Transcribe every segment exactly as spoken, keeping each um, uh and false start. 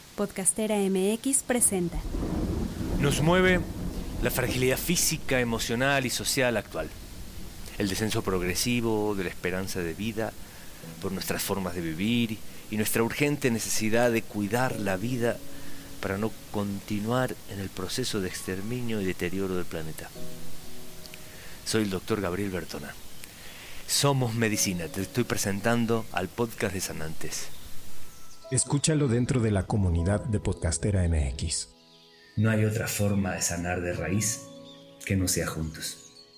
Podcastera M X presenta. Nos mueve la fragilidad física, emocional y social actual. El descenso progresivo de la esperanza de vida por nuestras formas de vivir y nuestra urgente necesidad de cuidar la vida para no continuar en el proceso de exterminio y deterioro del planeta. Soy el doctor Gabriel Bertona. Somos Medicina. Te estoy presentando al podcast de Sanantes. Escúchalo dentro de la comunidad de Podcastera M X. No hay otra forma de sanar de raíz que no sea juntos.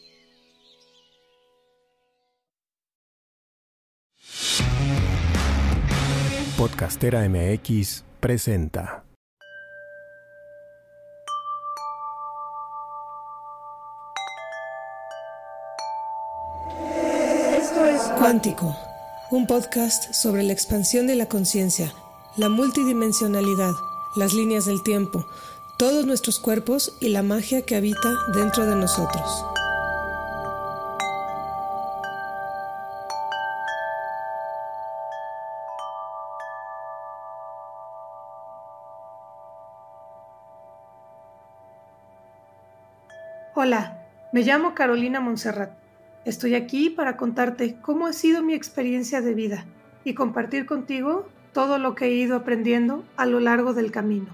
Podcastera M X presenta. Esto es Cuántico, un podcast sobre la expansión de la conciencia, la multidimensionalidad, las líneas del tiempo, todos nuestros cuerpos y la magia que habita dentro de nosotros. Hola, me llamo Carolina Montserrat. Estoy aquí para contarte cómo ha sido mi experiencia de vida y compartir contigo todo lo que he ido aprendiendo a lo largo del camino.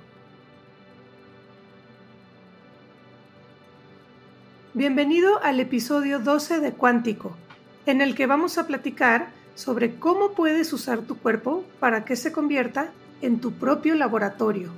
Bienvenido al episodio doce de Cuántico, en el que vamos a platicar sobre cómo puedes usar tu cuerpo para que se convierta en tu propio laboratorio.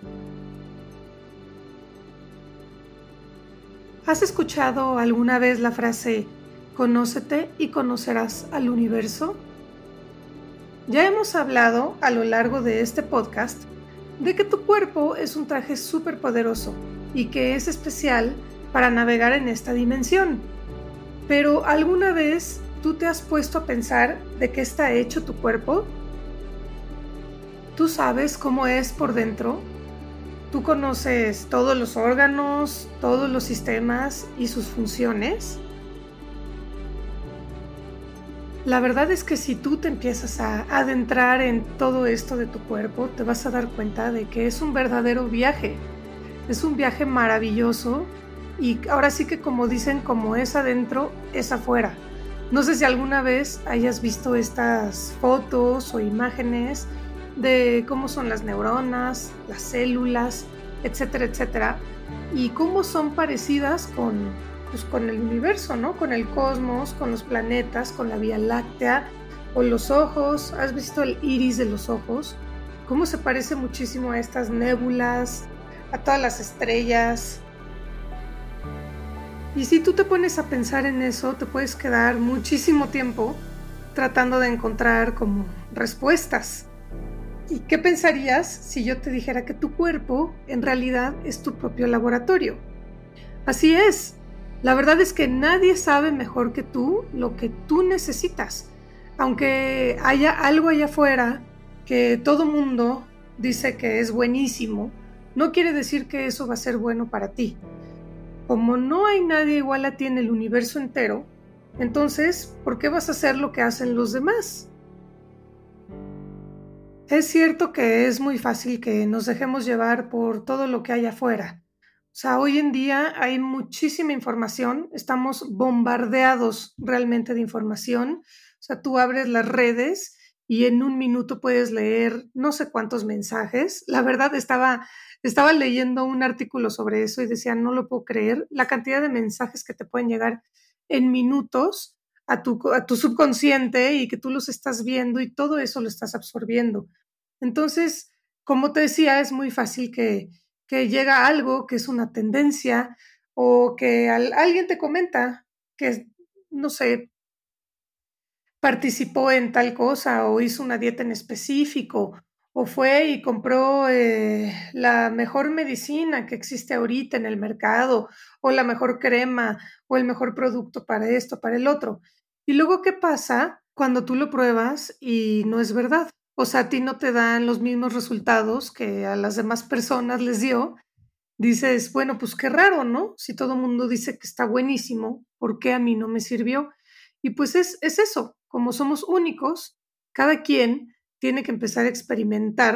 ¿Has escuchado alguna vez la frase "Conócete y conocerás al universo"? Ya hemos hablado a lo largo de este podcast de que tu cuerpo es un traje súper poderoso y que es especial para navegar en esta dimensión. Pero ¿alguna vez tú te has puesto a pensar de qué está hecho tu cuerpo? ¿Tú sabes cómo es por dentro? ¿Tú conoces todos los órganos, todos los sistemas y sus funciones? La verdad es que si tú te empiezas a adentrar en todo esto de tu cuerpo, te vas a dar cuenta de que es un verdadero viaje. Es un viaje maravilloso y ahora sí que, como dicen, como es adentro, es afuera. No sé si alguna vez hayas visto estas fotos o imágenes de cómo son las neuronas, las células, etcétera, etcétera, y cómo son parecidas con, pues, con el universo, ¿no? Con el cosmos, con los planetas, con la Vía Láctea, o los ojos. ¿Has visto el iris de los ojos? Cómo se parece muchísimo a estas nébulas, a todas las estrellas. Y si tú te pones a pensar en eso, te puedes quedar muchísimo tiempo tratando de encontrar como respuestas. ¿Y qué pensarías si yo te dijera que tu cuerpo en realidad es tu propio laboratorio? Así es. La verdad es que nadie sabe mejor que tú lo que tú necesitas. Aunque haya algo allá afuera que todo mundo dice que es buenísimo, no quiere decir que eso va a ser bueno para ti. Como no hay nadie igual a ti en el universo entero, entonces, ¿por qué vas a hacer lo que hacen los demás? Es cierto que es muy fácil que nos dejemos llevar por todo lo que hay afuera. O sea, hoy en día hay muchísima información, estamos bombardeados realmente de información. O sea, tú abres las redes y en un minuto puedes leer no sé cuántos mensajes. La verdad, estaba, estaba leyendo un artículo sobre eso y decía, no lo puedo creer, la cantidad de mensajes que te pueden llegar en minutos a tu, a tu subconsciente y que tú los estás viendo y todo eso lo estás absorbiendo. Entonces, como te decía, es muy fácil que, que llega algo que es una tendencia o que al, alguien te comenta que, no sé, participó en tal cosa o hizo una dieta en específico o fue y compró eh, la mejor medicina que existe ahorita en el mercado o la mejor crema o el mejor producto para esto, para el otro. Y luego, ¿qué pasa cuando tú lo pruebas y no es verdad? O sea, a ti no te dan los mismos resultados que a las demás personas les dio. Dices, bueno, pues qué raro, ¿no? Si todo el mundo dice que está buenísimo, ¿por qué a mí no me sirvió? Y pues es, es eso, como somos únicos, cada quien tiene que empezar a experimentar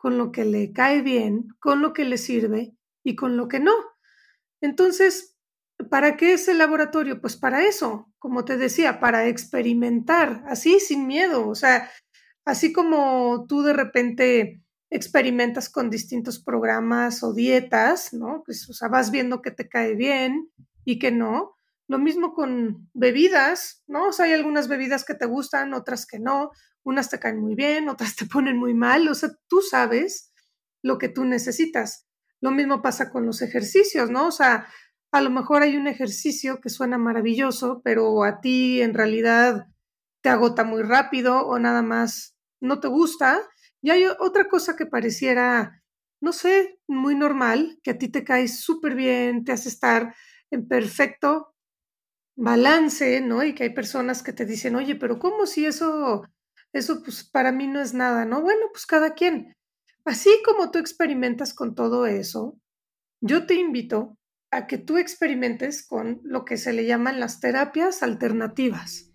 con lo que le cae bien, con lo que le sirve y con lo que no. Entonces, ¿para qué es el laboratorio? Pues para eso, como te decía, para experimentar, así sin miedo. O sea, así como tú de repente experimentas con distintos programas o dietas, ¿no? Pues, o sea, vas viendo que te cae bien y que no. Lo mismo con bebidas, ¿no? O sea, hay algunas bebidas que te gustan, otras que no. Unas te caen muy bien, otras te ponen muy mal. O sea, tú sabes lo que tú necesitas. Lo mismo pasa con los ejercicios, ¿no? O sea, a lo mejor hay un ejercicio que suena maravilloso, pero a ti en realidad te agota muy rápido o nada más no te gusta. Y hay otra cosa que pareciera, no sé, muy normal, que a ti te cae súper bien, te hace estar en perfecto balance, ¿no? Y que hay personas que te dicen, oye, pero ¿cómo si eso, eso pues para mí no es nada, ¿no? Bueno, pues cada quien. Así como tú experimentas con todo eso, yo te invito a que tú experimentes con lo que se le llaman las terapias alternativas.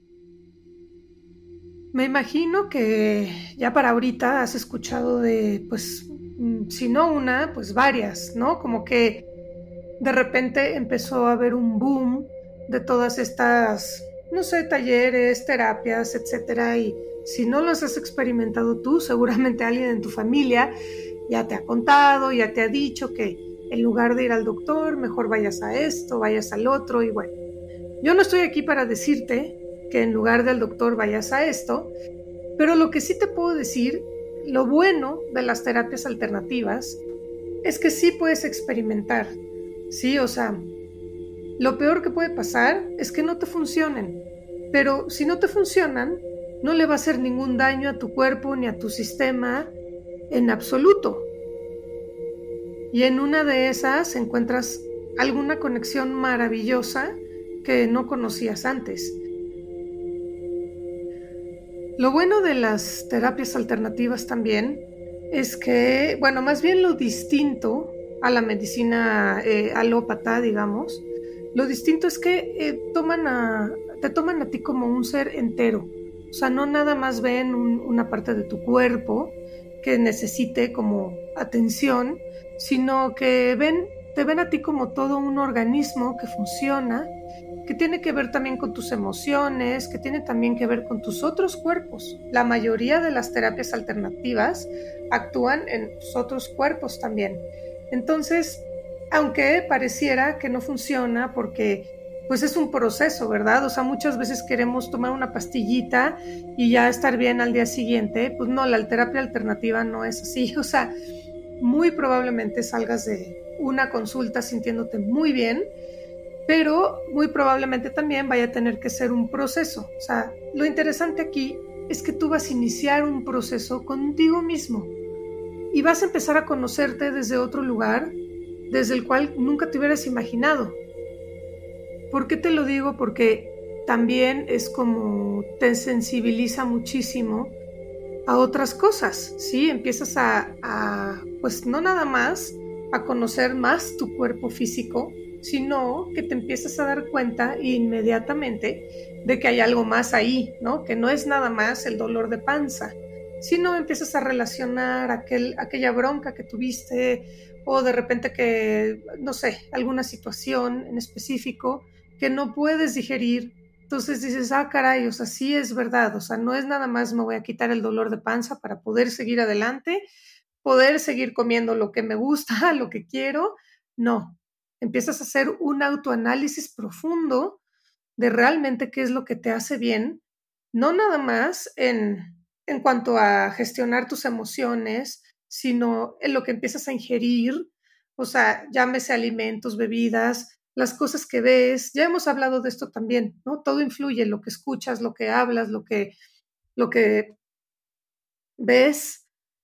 Me imagino que ya para ahorita has escuchado de, pues, si no una, pues varias, ¿no? Como que de repente empezó a haber un boom de todas estas, no sé, talleres, terapias, etcétera. Y si no los has experimentado tú, seguramente alguien en tu familia ya te ha contado, ya te ha dicho que en lugar de ir al doctor, mejor vayas a esto, vayas al otro. Y bueno, yo no estoy aquí para decirte que en lugar del doctor vayas a esto, pero lo que sí te puedo decir, lo bueno de las terapias alternativas es que sí puedes experimentar, sí, o sea, lo peor que puede pasar es que no te funcionen, pero si no te funcionan, no le va a hacer ningún daño a tu cuerpo ni a tu sistema en absoluto. Y en una de esas encuentras alguna conexión maravillosa que no conocías antes. Lo bueno de las terapias alternativas también es que, bueno, más bien lo distinto a la medicina eh, alópata, digamos, lo distinto es que eh, toman a, te toman a ti como un ser entero. O sea, no nada más ven un, una parte de tu cuerpo que necesite como atención, sino que ven, te ven a ti como todo un organismo que funciona, que tiene que ver también con tus emociones, que tiene también que ver con tus otros cuerpos. La mayoría de las terapias alternativas actúan en tus otros cuerpos también. Entonces, aunque pareciera que no funciona porque pues es un proceso, ¿verdad? O sea, muchas veces queremos tomar una pastillita y ya estar bien al día siguiente. Pues no, la terapia alternativa no es así. O sea, muy probablemente salgas de una consulta sintiéndote muy bien, pero muy probablemente también vaya a tener que ser un proceso. O sea, lo interesante aquí es que tú vas a iniciar un proceso contigo mismo y vas a empezar a conocerte desde otro lugar, desde el cual nunca te hubieras imaginado. ¿Por qué te lo digo? Porque también es como te sensibiliza muchísimo a otras cosas, ¿sí? Empiezas a, a, pues no nada más a conocer más tu cuerpo físico, sino que te empiezas a dar cuenta inmediatamente de que hay algo más ahí, ¿no? Que no es nada más el dolor de panza, sino empiezas a relacionar aquel, aquella bronca que tuviste o de repente que, no sé, alguna situación en específico que no puedes digerir. Entonces dices, ah, caray, o sea, sí es verdad, o sea, no es nada más me voy a quitar el dolor de panza para poder seguir adelante, poder seguir comiendo lo que me gusta, lo que quiero, no. Empiezas a hacer un autoanálisis profundo de realmente qué es lo que te hace bien, no nada más en, en cuanto a gestionar tus emociones, sino en lo que empiezas a ingerir, o sea, llámese alimentos, bebidas, las cosas que ves. Ya hemos hablado de esto también, ¿no? Todo influye, lo que escuchas, lo que hablas, lo que, lo que ves.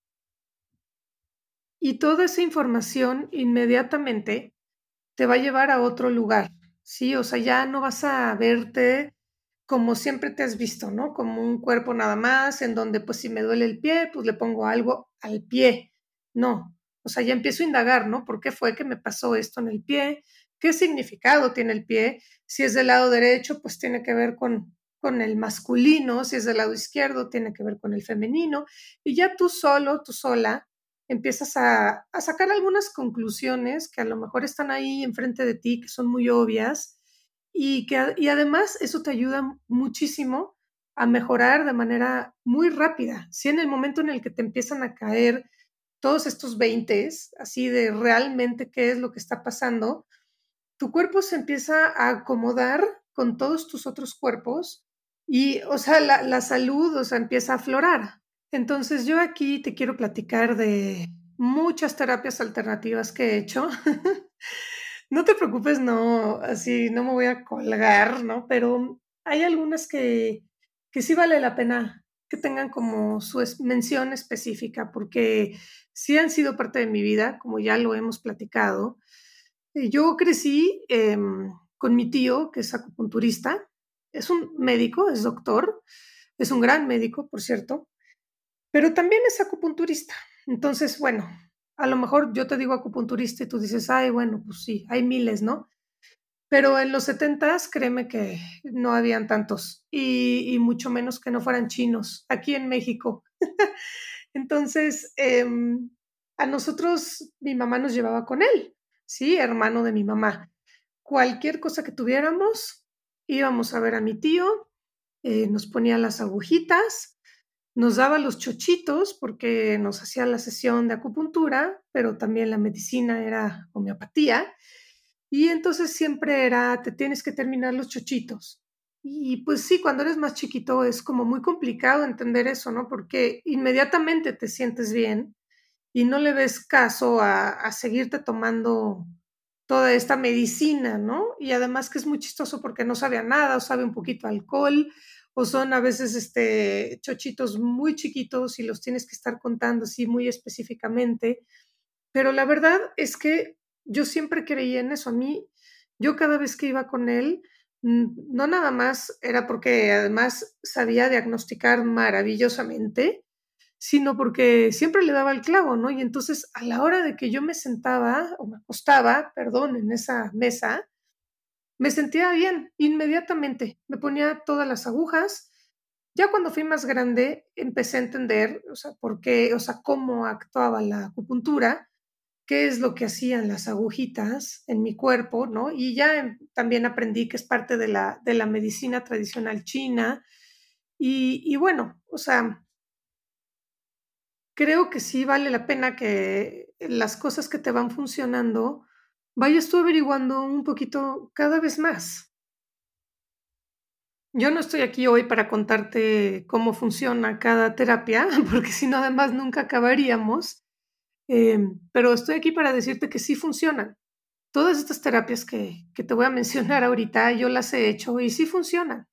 Y toda esa información inmediatamente te va a llevar a otro lugar, ¿sí? O sea, ya no vas a verte como siempre te has visto, ¿no? Como un cuerpo nada más, en donde pues si me duele el pie, pues le pongo algo al pie. No, o sea, ya empiezo a indagar, ¿no? ¿Por qué fue que me pasó esto en el pie? ¿Qué significado tiene el pie? Si es del lado derecho, pues tiene que ver con, con el masculino, si es del lado izquierdo, tiene que ver con el femenino. Y ya tú solo, tú sola, empiezas a, a sacar algunas conclusiones que a lo mejor están ahí enfrente de ti, que son muy obvias, y, que, y además eso te ayuda muchísimo a mejorar de manera muy rápida. Si en el momento en el que te empiezan a caer todos estos veintes, así de realmente qué es lo que está pasando, tu cuerpo se empieza a acomodar con todos tus otros cuerpos y, o sea, la, la salud, o sea, empieza a aflorar. Entonces yo aquí te quiero platicar de muchas terapias alternativas que he hecho. No te preocupes, no, así no me voy a colgar, ¿no? Pero hay algunas que, que sí vale la pena que tengan como su es- mención específica, porque sí han sido parte de mi vida, como ya lo hemos platicado. Eh, Yo crecí em, con mi tío, que es acupunturista, es un médico, es doctor, es un gran médico, por cierto, pero también es acupunturista. Entonces, bueno, a lo mejor yo te digo acupunturista y tú dices, ay, bueno, pues sí, hay miles, ¿no? Pero en los setentas, créeme que no habían tantos y, y mucho menos que no fueran chinos aquí en México. Entonces, em, a nosotros mi mamá nos llevaba con él, ¿sí? Hermano de mi mamá. Cualquier cosa que tuviéramos, íbamos a ver a mi tío, eh, nos ponía las agujitas, nos daba los chochitos porque nos hacía la sesión de acupuntura, pero también la medicina era homeopatía. Y entonces siempre era, te tienes que terminar los chochitos. Y pues sí, cuando eres más chiquito es como muy complicado entender eso, ¿no? Porque inmediatamente te sientes bien y no le ves caso a, a seguirte tomando toda esta medicina, ¿no? Y además que es muy chistoso porque no sabe a nada o sabe un poquito a alcohol o son a veces este, chochitos muy chiquitos y los tienes que estar contando así muy específicamente. Pero la verdad es que yo siempre creí en eso. A mí, yo cada vez que iba con él, mm, no nada más era porque además sabía diagnosticar maravillosamente, sino porque siempre le daba el clavo, ¿no? Y entonces a la hora de que yo me sentaba o me acostaba, perdón, en esa mesa, me sentía bien inmediatamente. Me ponía todas las agujas. Ya cuando fui más grande, empecé a entender, o sea, por qué, o sea, cómo actuaba la acupuntura, qué es lo que hacían las agujitas en mi cuerpo, ¿no? Y ya em, también aprendí que es parte de la, de la medicina tradicional china. Y, y bueno, o sea, creo que sí vale la pena que las cosas que te van funcionando, vayas tú averiguando un poquito cada vez más. Yo no estoy aquí hoy para contarte cómo funciona cada terapia, porque si no, además nunca acabaríamos. Em, pero estoy aquí para decirte que sí funcionan. Todas estas terapias que, que te voy a mencionar ahorita, yo las he hecho y sí funcionan.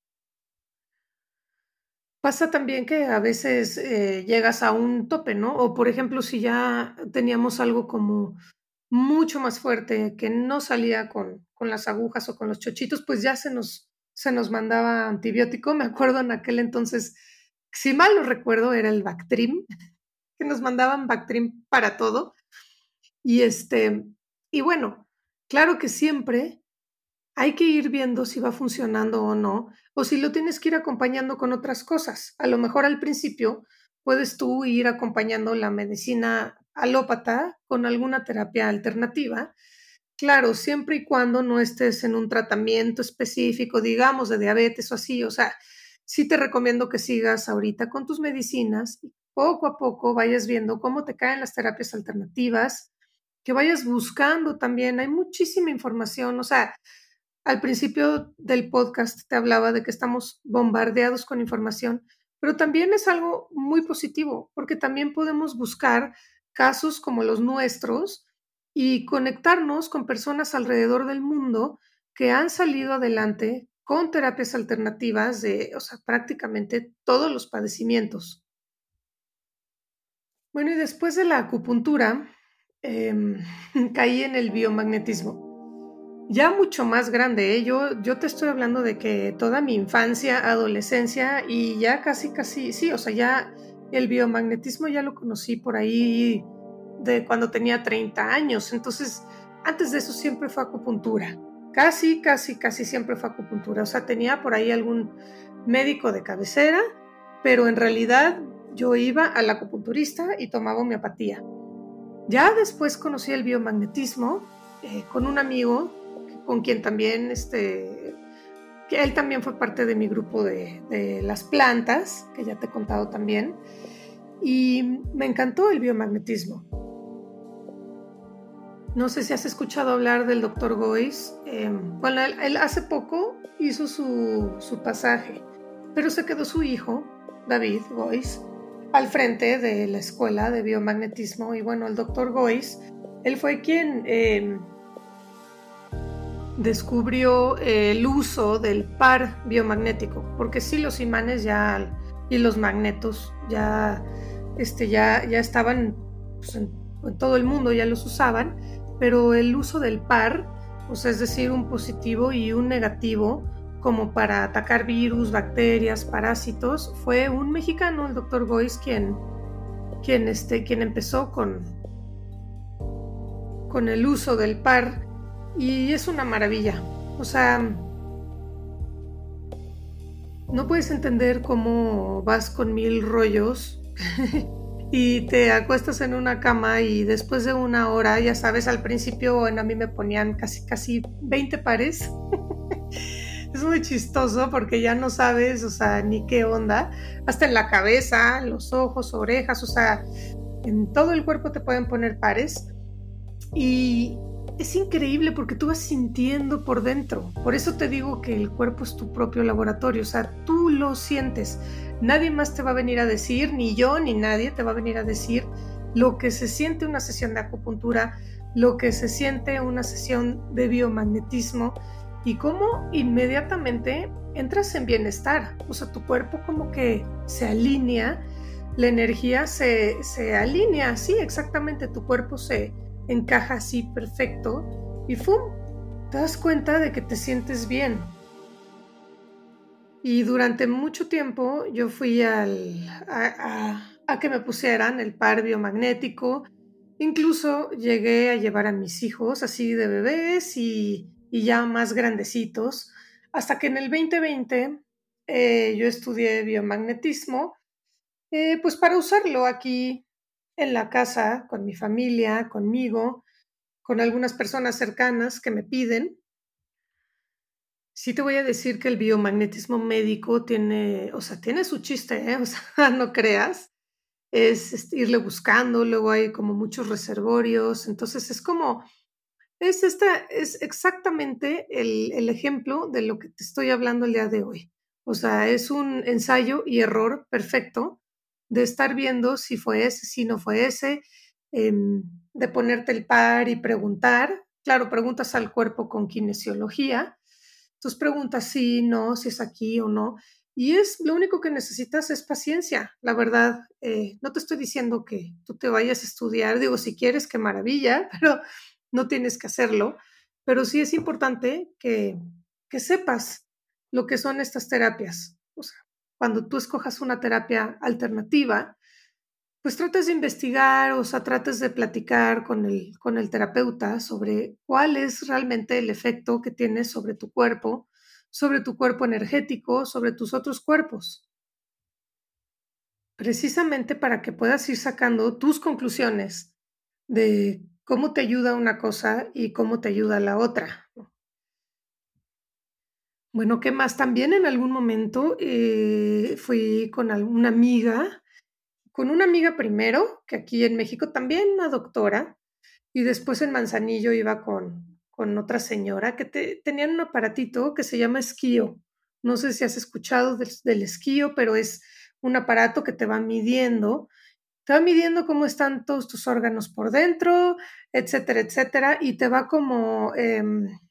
Pasa también que a veces eh, llegas a un tope, ¿no? O por ejemplo, si ya teníamos algo como mucho más fuerte que no salía con, con las agujas o con los chochitos, pues ya se nos, se nos mandaba antibiótico. Me acuerdo en aquel entonces, si mal no recuerdo, era el Bactrim, que nos mandaban Bactrim para todo. Y este, y bueno, claro que siempre hay que ir viendo si va funcionando o no, o si lo tienes que ir acompañando con otras cosas. A lo mejor al principio puedes tú ir acompañando la medicina alópata con alguna terapia alternativa. Claro, siempre y cuando no estés en un tratamiento específico, digamos, de diabetes o así. O sea, sí te recomiendo que sigas ahorita con tus medicinas y poco a poco vayas viendo cómo te caen las terapias alternativas, que vayas buscando también. Hay muchísima información. O sea, al principio del podcast te hablaba de que estamos bombardeados con información, pero también es algo muy positivo, porque también podemos buscar casos como los nuestros y conectarnos con personas alrededor del mundo que han salido adelante con terapias alternativas de, o sea, prácticamente todos los padecimientos. Bueno, y después de la acupuntura, eh, caí en el biomagnetismo. Ya mucho más grande, ¿eh? Yo, yo te estoy hablando de que toda mi infancia, adolescencia y ya casi, casi, sí, o sea, ya el biomagnetismo ya lo conocí por ahí de cuando tenía treinta años. Entonces, antes de eso siempre fue acupuntura. Casi, casi, casi siempre fue acupuntura. O sea, tenía por ahí algún médico de cabecera, pero en realidad yo iba al acupunturista y tomaba homeopatía. Ya después conocí el biomagnetismo eh, con un amigo con quien también, este, que él también fue parte de mi grupo de, de las plantas, que ya te he contado también, y me encantó el biomagnetismo. No sé si has escuchado hablar del doctor Gois. Eh, bueno, él, él hace poco hizo su, su pasaje, pero se quedó su hijo, David Gois, al frente de la escuela de biomagnetismo. Y bueno, el doctor Gois, él fue quien eh, descubrió el uso del par biomagnético, porque sí, los imanes ya y los magnetos ya, este, ya, ya estaban pues, en, en todo el mundo, ya los usaban, pero el uso del par, o sea, es decir, un positivo y un negativo, como para atacar virus, bacterias, parásitos, fue un mexicano, el doctor Gois, quien, quien, este, quien empezó con, con el uso del par, y es una maravilla. O sea, no puedes entender cómo vas con mil rollos y te acuestas en una cama y después de una hora, ya sabes, al principio, bueno, a mí me ponían casi, casi veinte pares. Es muy chistoso porque ya no sabes, o sea, ni qué onda. Hasta en la cabeza, los ojos, orejas, o sea, en todo el cuerpo te pueden poner pares. Y es increíble porque tú vas sintiendo por dentro. Por eso te digo que el cuerpo es tu propio laboratorio, o sea, tú lo sientes. Nadie más te va a venir a decir, ni yo ni nadie te va a venir a decir lo que se siente una sesión de acupuntura, lo que se siente una sesión de biomagnetismo y cómo inmediatamente entras en bienestar. O sea, tu cuerpo como que se alinea, la energía se, se alinea, sí, exactamente, tu cuerpo se encaja así perfecto y ¡fum! Te das cuenta de que te sientes bien. Y durante mucho tiempo yo fui al, a, a, a que me pusieran el par biomagnético. Incluso llegué a llevar a mis hijos así de bebés y, y ya más grandecitos, hasta que en el veinte veinte eh, yo estudié biomagnetismo, eh, pues para usarlo aquí en la casa, con mi familia, conmigo, con algunas personas cercanas que me piden. Sí te voy a decir que el biomagnetismo médico tiene, o sea, tiene su chiste, ¿eh? O sea, no creas. Es, es irle buscando, luego hay como muchos reservorios, entonces es como, es, esta, es exactamente el, el ejemplo de lo que te estoy hablando el día de hoy. O sea, es un ensayo y error perfecto de estar viendo si fue ese, si no fue ese, eh, de ponerte el par y preguntar. Claro, preguntas al cuerpo con kinesiología. Entonces preguntas sí, no, si es aquí o no. Y es lo único que necesitas es paciencia. La verdad, eh, no te estoy diciendo que tú te vayas a estudiar. Digo, si quieres, qué maravilla, pero no tienes que hacerlo. Pero sí es importante que, que sepas lo que son estas terapias. O sea, cuando tú escojas una terapia alternativa, pues trates de investigar, o sea, trates de platicar con el, con el terapeuta sobre cuál es realmente el efecto que tiene sobre tu cuerpo, sobre tu cuerpo energético, sobre tus otros cuerpos. Precisamente para que puedas ir sacando tus conclusiones de cómo te ayuda una cosa y cómo te ayuda la otra. Bueno, ¿qué más? También en algún momento eh, fui con una amiga, con una amiga primero, que aquí en México también una doctora, y después en Manzanillo iba con, con otra señora que te, tenían un aparatito que se llama esquío. No sé si has escuchado del, del esquío, pero es un aparato que te va midiendo, te va midiendo cómo están todos tus órganos por dentro, etcétera, etcétera, y te va como, eh,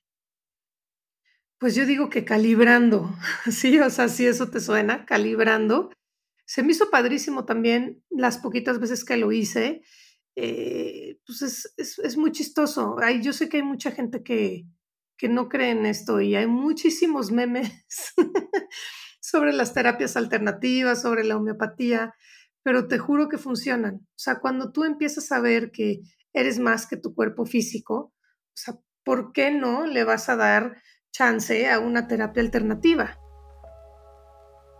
pues yo digo que calibrando, ¿sí? O sea, si eso te suena, calibrando. Se me hizo padrísimo también las poquitas veces que lo hice. Eh, pues es, es, es muy chistoso. Ay, yo sé que hay mucha gente que, que no cree en esto y hay muchísimos memes sobre las terapias alternativas, sobre la homeopatía, pero te juro que funcionan. O sea, cuando tú empiezas a ver que eres más que tu cuerpo físico, o sea, ¿por qué no le vas a dar chance a una terapia alternativa?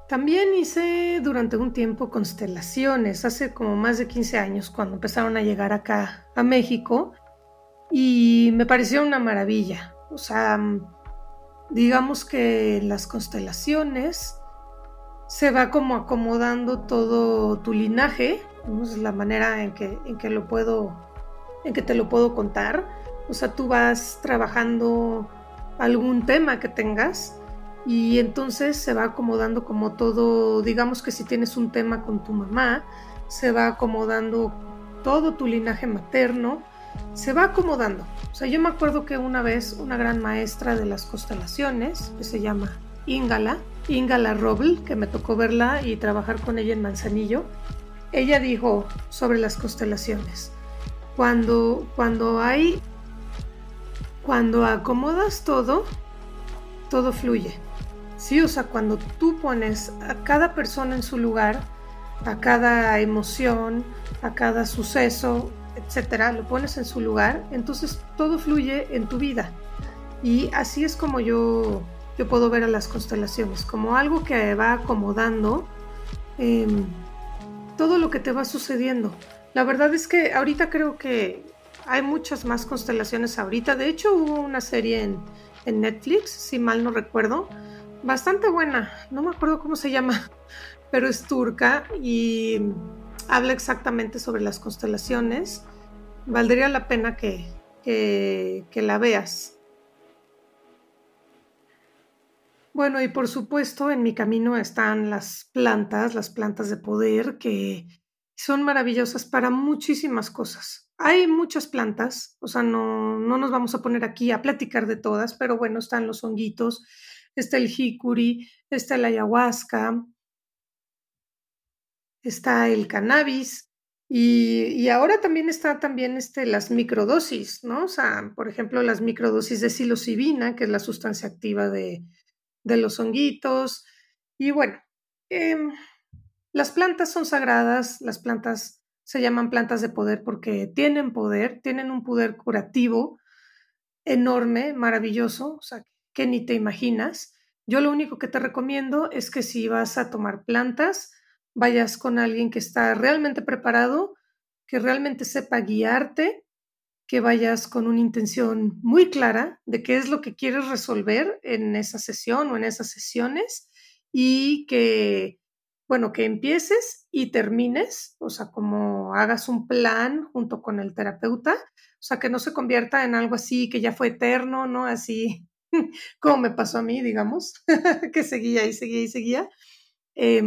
También hice durante un tiempo constelaciones, hace como más de quince años, cuando empezaron a llegar acá a México, y me pareció una maravilla. O sea, digamos que las constelaciones se va como acomodando todo tu linaje, ¿no? Es la manera en que, en que lo puedo, en que te lo puedo contar. O sea, tú vas trabajando algún tema que tengas y entonces se va acomodando como todo. Digamos que si tienes un tema con tu mamá, se va acomodando todo tu linaje materno, se va acomodando. O sea, yo me acuerdo que una vez una gran maestra de las constelaciones, que se llama Ingala, Ingala Roble, que me tocó verla y trabajar con ella en Manzanillo, ella dijo sobre las constelaciones: cuando, cuando hay, cuando acomodas todo, todo fluye. Sí, o sea, cuando tú pones a cada persona en su lugar, a cada emoción, a cada suceso, etcétera, lo pones en su lugar, entonces todo fluye en tu vida. Y así es como yo, yo puedo ver a las constelaciones, como algo que va acomodando eh, todo lo que te va sucediendo. La verdad es que ahorita creo que hay muchas más constelaciones ahorita. De hecho, hubo una serie en, en Netflix, si mal no recuerdo, bastante buena, no me acuerdo cómo se llama, pero es turca y habla exactamente sobre las constelaciones. Valdría la pena que, que, que la veas. Bueno, y por supuesto en mi camino están las plantas, las plantas de poder, que son maravillosas para muchísimas cosas. Hay muchas plantas, o sea, no, no nos vamos a poner aquí a platicar de todas, pero bueno, están los honguitos, está el jicuri, está la ayahuasca, está el cannabis y, y ahora también está también este, las microdosis, ¿no? O sea, por ejemplo, las microdosis de psilocibina, que es la sustancia activa de, de los honguitos. Y bueno, eh, las plantas son sagradas, las plantas se llaman plantas de poder porque tienen poder, tienen un poder curativo enorme, maravilloso, o sea, que ni te imaginas. Yo lo único que te recomiendo es que si vas a tomar plantas, vayas con alguien que está realmente preparado, que realmente sepa guiarte, que vayas con una intención muy clara de qué es lo que quieres resolver en esa sesión o en esas sesiones y que, bueno, que empieces y termines, o sea, como hagas un plan junto con el terapeuta, o sea, que no se convierta en algo así que ya fue eterno, ¿no? Así como me pasó a mí, digamos, que seguía y seguía y seguía. Eh,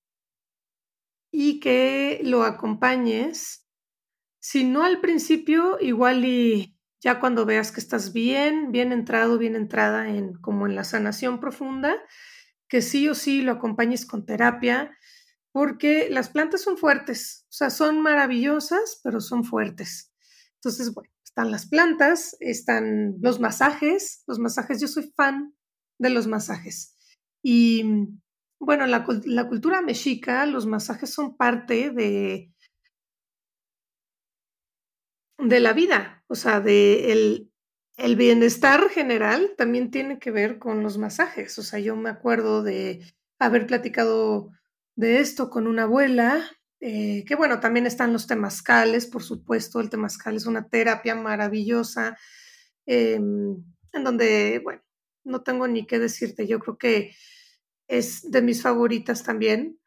y que lo acompañes, si no al principio, igual y ya cuando veas que estás bien, bien entrado, bien entrada en como en la sanación profunda, que sí o sí lo acompañes con terapia, porque las plantas son fuertes, o sea, son maravillosas, pero son fuertes. Entonces, bueno, están las plantas, están los masajes, los masajes, yo soy fan de los masajes. Y bueno, la, la cultura mexica, los masajes son parte de, de la vida, o sea, de el, el bienestar general también tiene que ver con los masajes. O sea, yo me acuerdo de haber platicado de esto con una abuela, eh, que bueno, también están los temazcales, por supuesto, el temazcal es una terapia maravillosa, eh, en donde, bueno, no tengo ni qué decirte, yo creo que es de mis favoritas también.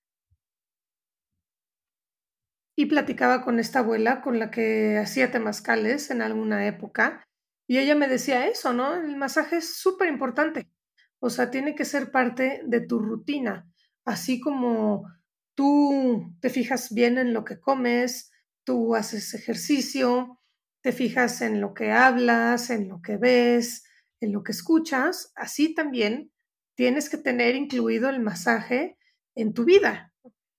Y platicaba con esta abuela con la que hacía temazcales en alguna época y ella me decía eso, ¿no? El masaje es súper importante, o sea, tiene que ser parte de tu rutina, así como tú te fijas bien en lo que comes, tú haces ejercicio, te fijas en lo que hablas, en lo que ves, en lo que escuchas, así también tienes que tener incluido el masaje en tu vida.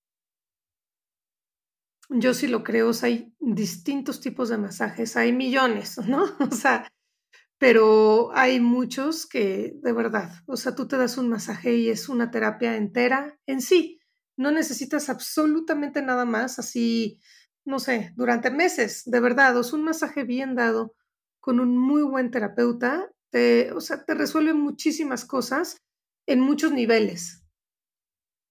Yo sí lo creo, o sea, hay distintos tipos de masajes, hay millones, ¿no? O sea, pero hay muchos que de verdad, o sea, tú te das un masaje y es una terapia entera en sí. No necesitas absolutamente nada más, así, no sé, durante meses, de verdad, o sea, un masaje bien dado con un muy buen terapeuta, te, o sea, te resuelve muchísimas cosas en muchos niveles.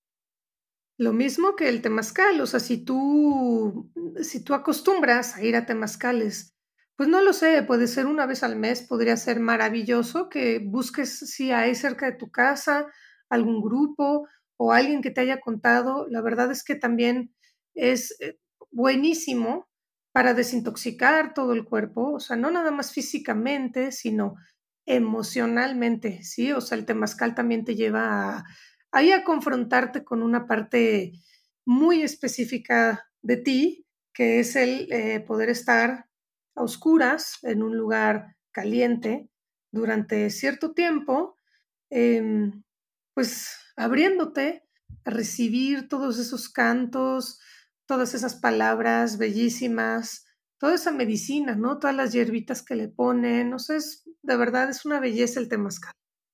Lo mismo que el temazcal, o sea, si tú, si tú acostumbras a ir a temazcales, pues no lo sé, puede ser una vez al mes, podría ser maravilloso que busques si hay cerca de tu casa algún grupo o alguien que te haya contado. La verdad es que también es eh, buenísimo para desintoxicar todo el cuerpo, o sea, no nada más físicamente, sino emocionalmente, ¿sí? O sea, el temazcal también te lleva a, ahí a confrontarte con una parte muy específica de ti, que es el eh, poder estar a oscuras en un lugar caliente durante cierto tiempo, eh, pues abriéndote a recibir todos esos cantos, todas esas palabras bellísimas, toda esa medicina, ¿no? Todas las hierbitas que le ponen, no sé, es, de verdad es una belleza el temazcal.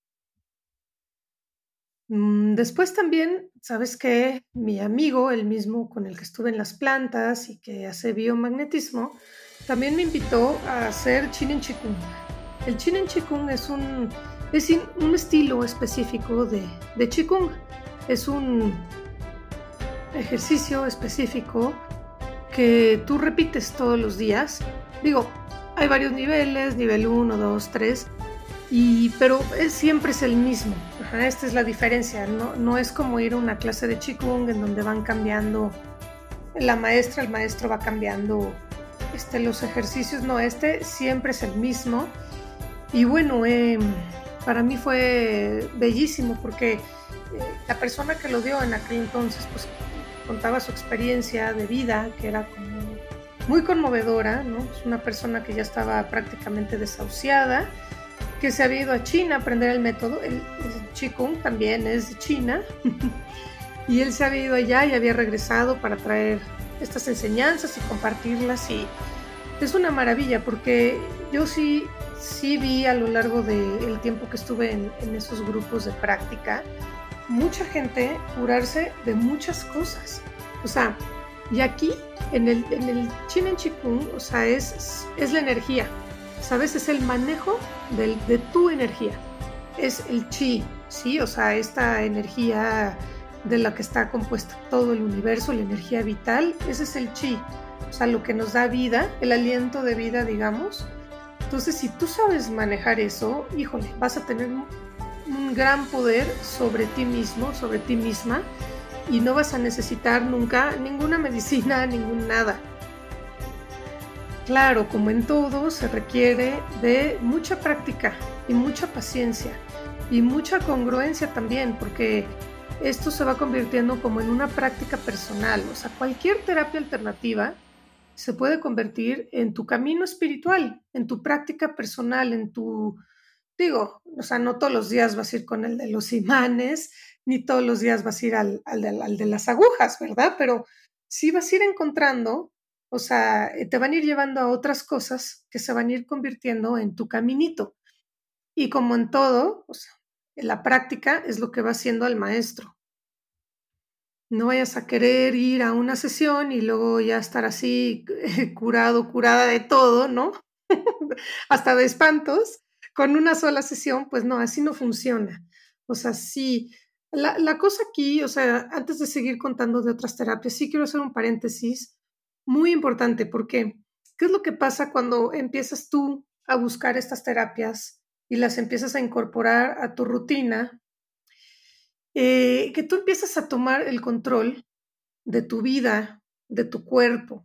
Mm, Después también, ¿sabes qué? Mi amigo, el mismo con el que estuve en las plantas y que hace biomagnetismo, también me invitó a hacer Chinen Chikung. El Chinen Chikung es un, es un estilo específico de, de Chikung. Es un ejercicio específico que tú repites todos los días. Digo, hay varios niveles, nivel uno, dos, tres, y, pero es, siempre es el mismo. Ajá, esta es la diferencia. No, no es como ir a una clase de Qigong en donde van cambiando la maestra, el maestro va cambiando este, los ejercicios. No, este siempre es el mismo. Y bueno, eh, para mí fue bellísimo porque eh, la persona que lo dio en aquel entonces pues contaba su experiencia de vida, que era como muy conmovedora, ¿no? Es una persona que ya estaba prácticamente desahuciada, que se había ido a China a aprender el método. El, el Qigong también es de China y él se había ido allá y había regresado para traer estas enseñanzas y compartirlas, y es una maravilla porque yo sí, sí vi a lo largo del tiempo que estuve en, en esos grupos de práctica mucha gente curarse de muchas cosas. O sea, y aquí en el, en el Chinen Chikung, o sea, es, es la energía, ¿sabes? Es el manejo del, de tu energía. Es el chi, ¿sí? O sea, esta energía de la que está compuesta todo el universo, la energía vital, ese es el chi. O sea, lo que nos da vida, el aliento de vida, digamos. Entonces, si tú sabes manejar eso, híjole, vas a tener un, un gran poder sobre ti mismo, sobre ti misma, y no vas a necesitar nunca ninguna medicina, ningún nada. Claro, como en todo, se requiere de mucha práctica y mucha paciencia y mucha congruencia también, porque esto se va convirtiendo como en una práctica personal. O sea, cualquier terapia alternativa se puede convertir en tu camino espiritual, en tu práctica personal, en tu, digo, o sea, no todos los días vas a ir con el de los imanes, ni todos los días vas a ir al, al, de, al de las agujas, ¿verdad? Pero sí vas a ir encontrando, o sea, te van a ir llevando a otras cosas que se van a ir convirtiendo en tu caminito. Y como en todo, o sea, la práctica es lo que va haciendo al maestro. No vayas a querer ir a una sesión y luego ya estar así curado, curada de todo, ¿no? Hasta de espantos, con una sola sesión, pues no, así no funciona. O sea, sí, la, la cosa aquí, o sea, antes de seguir contando de otras terapias, sí quiero hacer un paréntesis muy importante, porque ¿qué es lo que pasa cuando empiezas tú a buscar estas terapias y las empiezas a incorporar a tu rutina? Eh, que tú empiezas a tomar el control de tu vida, de tu cuerpo.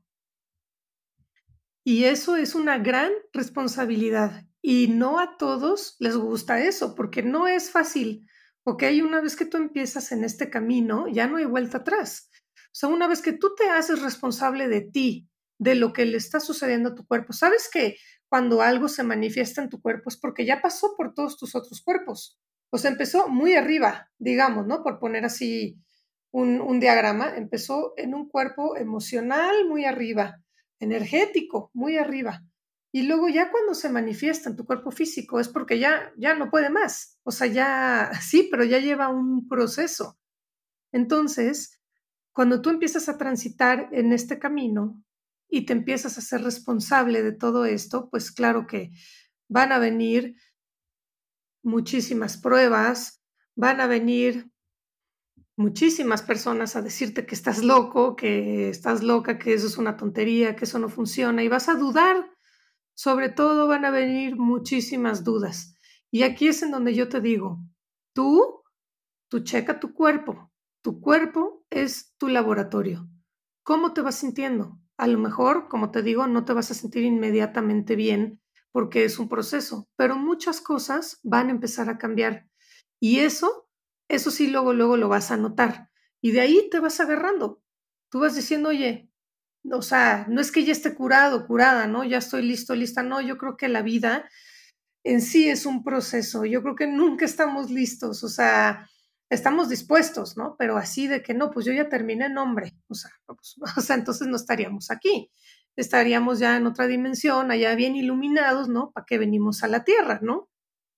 Y eso es una gran responsabilidad. Y no a todos les gusta eso, porque no es fácil. Ok, una vez que tú empiezas en este camino, ya no hay vuelta atrás. O sea, una vez que tú te haces responsable de ti, de lo que le está sucediendo a tu cuerpo, sabes que cuando algo se manifiesta en tu cuerpo es porque ya pasó por todos tus otros cuerpos. O sea, empezó muy arriba, digamos, ¿no? Por poner así un, un diagrama, empezó en un cuerpo emocional muy arriba, energético muy arriba. Y luego ya cuando se manifiesta en tu cuerpo físico es porque ya, ya no puede más. O sea, ya sí, pero ya lleva un proceso. Entonces, cuando tú empiezas a transitar en este camino y te empiezas a ser responsable de todo esto, pues claro que van a venir muchísimas pruebas, van a venir muchísimas personas a decirte que estás loco, que estás loca, que eso es una tontería, que eso no funciona y vas a dudar. Sobre todo van a venir muchísimas dudas. Y aquí es en donde yo te digo, tú, tú checa tu cuerpo. Tu cuerpo es tu laboratorio. ¿Cómo te vas sintiendo? A lo mejor, como te digo, no te vas a sentir inmediatamente bien porque es un proceso, pero muchas cosas van a empezar a cambiar. Y eso, eso sí, luego, luego lo vas a notar. Y de ahí te vas agarrando. Tú vas diciendo, oye, o sea, no es que ya esté curado, curada, ¿no? Ya estoy listo, lista. No, yo creo que la vida en sí es un proceso. Yo creo que nunca estamos listos, o sea, estamos dispuestos, ¿no? Pero así de que no, pues yo ya terminé, no, hombre. O sea, pues, o sea, entonces no estaríamos aquí. Estaríamos ya en otra dimensión, allá bien iluminados, ¿no? ¿Para qué venimos a la Tierra, no?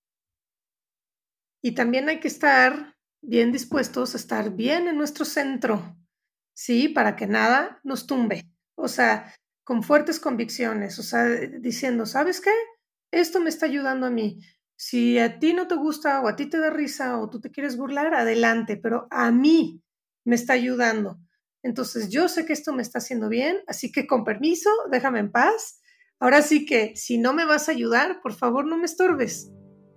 Y también hay que estar bien dispuestos a estar bien en nuestro centro, ¿sí? Para que nada nos tumbe. O sea, con fuertes convicciones, o sea, diciendo, ¿sabes qué? Esto me está ayudando a mí. Si a ti no te gusta o a ti te da risa o tú te quieres burlar, adelante, pero a mí me está ayudando. Entonces yo sé que esto me está haciendo bien, así que con permiso, déjame en paz. Ahora sí que si no me vas a ayudar, por favor no me estorbes.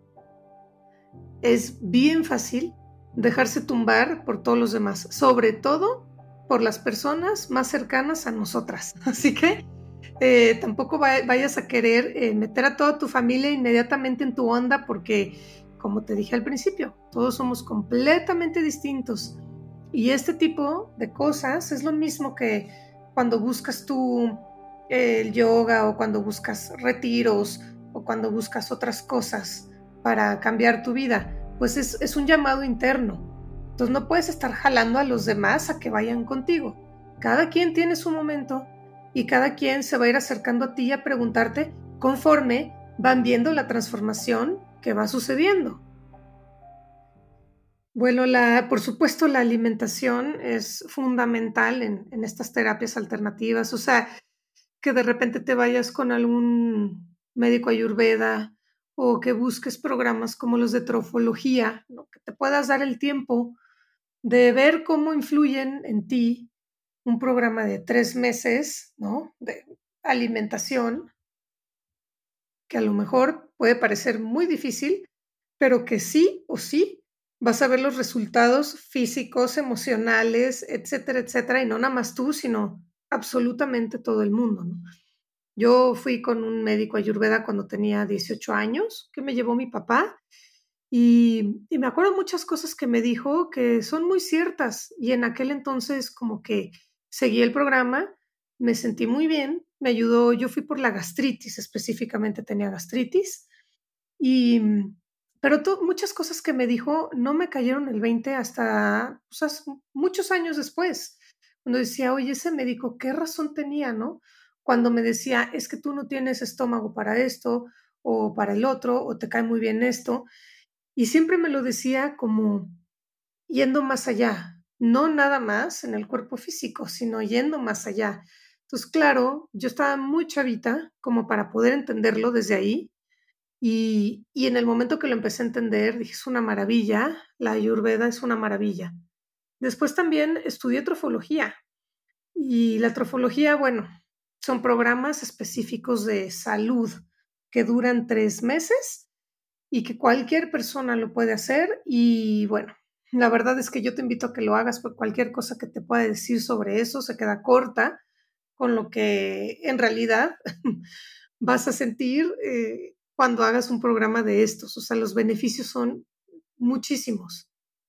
Es bien fácil dejarse tumbar por todos los demás, sobre todo por las personas más cercanas a nosotras. Así que eh, tampoco vayas a querer eh, meter a toda tu familia inmediatamente en tu onda porque, como te dije al principio, todos somos completamente distintos. Y este tipo de cosas es lo mismo que cuando buscas tú eh, el yoga o cuando buscas retiros o cuando buscas otras cosas para cambiar tu vida, pues es, es un llamado interno. Entonces no puedes estar jalando a los demás a que vayan contigo. Cada quien tiene su momento y cada quien se va a ir acercando a ti a preguntarte conforme van viendo la transformación que va sucediendo. Bueno, la, por supuesto la alimentación es fundamental en, en estas terapias alternativas. O sea, que de repente te vayas con algún médico ayurveda o que busques programas como los de trofología, ¿no? Que te puedas dar el tiempo de ver cómo influyen en ti un programa de tres meses, ¿no? De alimentación, que a lo mejor puede parecer muy difícil, pero que sí o sí vas a ver los resultados físicos, emocionales, etcétera, etcétera, y no nada más tú, sino absolutamente todo el mundo, ¿no? Yo fui con un médico ayurveda cuando tenía dieciocho años, que me llevó mi papá, y, y me acuerdo muchas cosas que me dijo que son muy ciertas, y en aquel entonces como que seguí el programa, me sentí muy bien, me ayudó, yo fui por la gastritis, específicamente tenía gastritis, y, pero to, muchas cosas que me dijo no me cayeron el veinte hasta o sea, muchos años después, cuando decía, oye, ese médico, ¿qué razón tenía, no? Cuando me decía, es que tú no tienes estómago para esto o para el otro, o te cae muy bien esto. Y siempre me lo decía como yendo más allá, no nada más en el cuerpo físico, sino yendo más allá. Entonces, claro, yo estaba muy chavita como para poder entenderlo desde ahí. Y, y en el momento que lo empecé a entender, dije, es una maravilla, la Ayurveda es una maravilla. Después también estudié trofología. Y la trofología, bueno, son programas específicos de salud que duran tres meses y que cualquier persona lo puede hacer. Y bueno, la verdad es que yo te invito a que lo hagas porque cualquier cosa que te pueda decir sobre eso se queda corta con lo que en realidad vas a sentir eh, cuando hagas un programa de estos. O sea, los beneficios son muchísimos.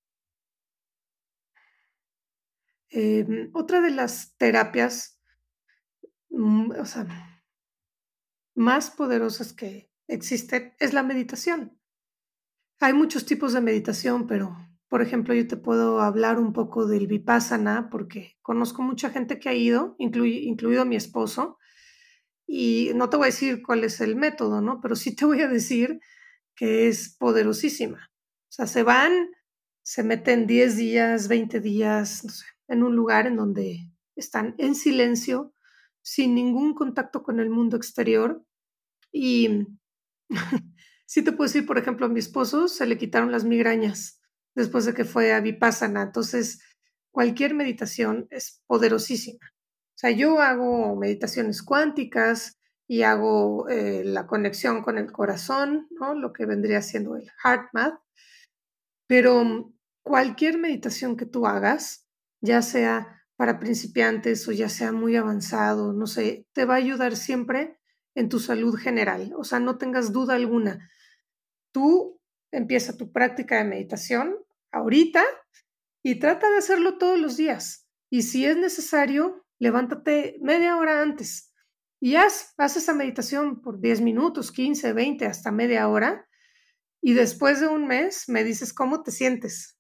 Eh, otra de las terapias o sea, más poderosas que existen es la meditación. Hay muchos tipos de meditación, pero por ejemplo yo te puedo hablar un poco del Vipassana porque conozco mucha gente que ha ido, inclu incluido mi esposo, y no te voy a decir cuál es el método, ¿no? Pero sí te voy a decir que es poderosísima. O sea, se van, se meten diez días, veinte días, no sé, en un lugar en donde están en silencio, sin ningún contacto con el mundo exterior. Y sí te puedo decir, por ejemplo, a mi esposo se le quitaron las migrañas. después de que fue a Vipassana. Entonces, cualquier meditación es poderosísima. O sea, yo hago meditaciones cuánticas y hago eh, la conexión con el corazón, ¿no? Lo que vendría siendo el HeartMath. Pero cualquier meditación que tú hagas, ya sea para principiantes o ya sea muy avanzado, no sé, te va a ayudar siempre en tu salud general. O sea, no tengas duda alguna. Tú empieza tu práctica de meditación ahorita y trata de hacerlo todos los días. Y si es necesario, levántate media hora antes y haz, haz esa meditación por diez minutos, quince, veinte, hasta media hora. Y después de un mes me dices cómo te sientes.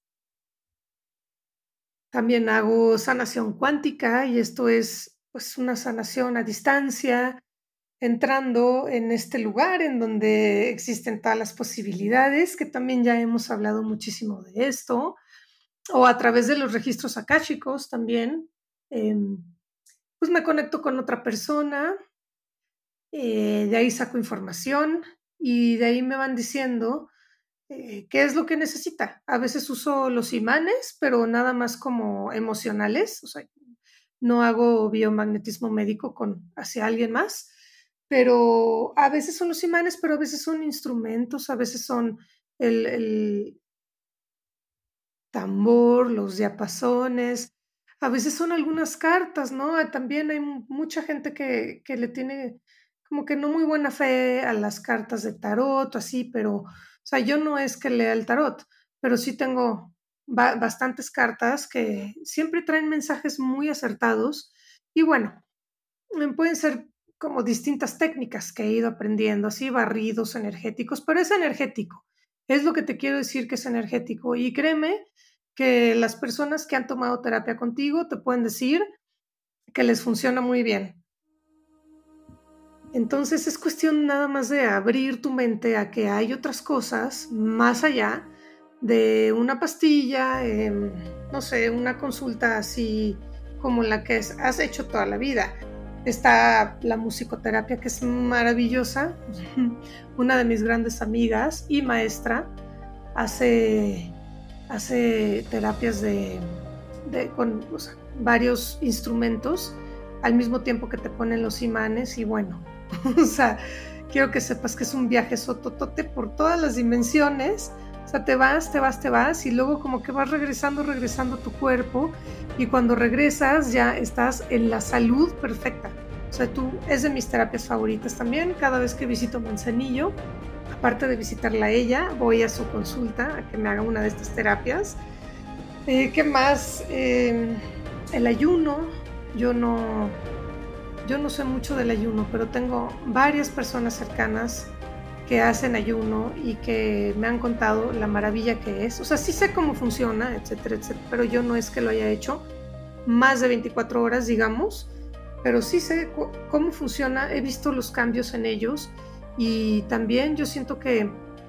También hago sanación cuántica y esto es pues una sanación a distancia, entrando en este lugar en donde existen todas las posibilidades, que también ya hemos hablado muchísimo de esto, o a través de los registros akáshicos también, eh, pues me conecto con otra persona, eh, de ahí saco información y de ahí me van diciendo eh, qué es lo que necesita. A veces uso los imanes, pero nada más como emocionales, o sea, no hago biomagnetismo médico con, hacia alguien más, pero a veces son los imanes, pero a veces son instrumentos, a veces son el, el tambor, los diapasones, a veces son algunas cartas, ¿no? También hay mucha gente que, que le tiene como que no muy buena fe a las cartas de tarot o así, pero, o sea, yo no es que lea el tarot, pero sí tengo ba- bastantes cartas que siempre traen mensajes muy acertados y bueno, pueden ser como distintas técnicas que he ido aprendiendo, así barridos energéticos, pero es energético. Es lo que te quiero decir que es energético. Y créeme que las personas que han tomado terapia contigo te pueden decir que les funciona muy bien. Entonces es cuestión nada más de abrir tu mente a que hay otras cosas más allá de una pastilla, eh, no sé, una consulta así como la que has hecho toda la vida. Está la musicoterapia, que es maravillosa. Una de mis grandes amigas y maestra hace, hace terapias de, de, con o sea, varios instrumentos al mismo tiempo que te ponen los imanes y bueno, o sea, quiero que sepas que es un viaje sototote por todas las dimensiones. O sea, te vas, te vas, te vas y luego como que vas regresando, regresando a tu cuerpo y cuando regresas ya estás en la salud perfecta. O sea, tú es de mis terapias favoritas también. Cada vez que visito Manzanillo, aparte de visitarla a ella, voy a su consulta a que me haga una de estas terapias. Eh, ¿Qué más? Eh, el ayuno. Yo no, yo no sé mucho del ayuno, pero tengo varias personas cercanas que hacen ayuno y que me han contado la maravilla que es. O sea, sí sé cómo funciona, etcétera, etcétera, pero yo no es que lo haya hecho más de veinticuatro horas, digamos, pero sí sé cu- cómo funciona, he visto los cambios en ellos y también yo siento que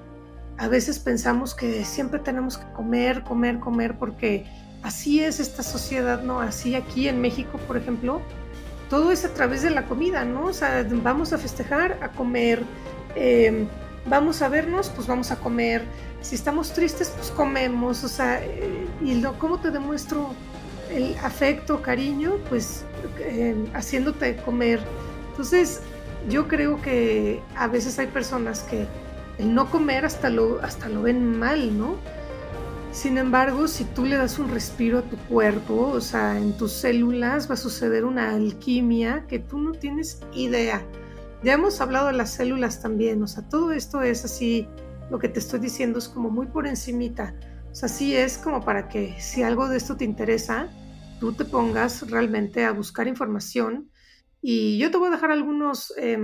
a veces pensamos que siempre tenemos que comer, comer, comer, porque así es esta sociedad, ¿no? Así aquí en México, por ejemplo, todo es a través de la comida, ¿no? O sea, vamos a festejar, a comer, eh, vamos a vernos, pues vamos a comer, si estamos tristes, pues comemos, o sea, eh, y lo, ¿cómo te demuestro el afecto, cariño? Pues eh, haciéndote comer. Entonces, yo creo que a veces hay personas que el no comer hasta lo, hasta lo ven mal, ¿no? Sin embargo, si tú le das un respiro a tu cuerpo, o sea, en tus células va a suceder una alquimia que tú no tienes idea. Ya hemos hablado de las células también, o sea, todo esto es así, lo que te estoy diciendo es como muy por encimita. O sea, sí es como para que si algo de esto te interesa, tú te pongas realmente a buscar información. Y yo te voy a dejar algunos eh,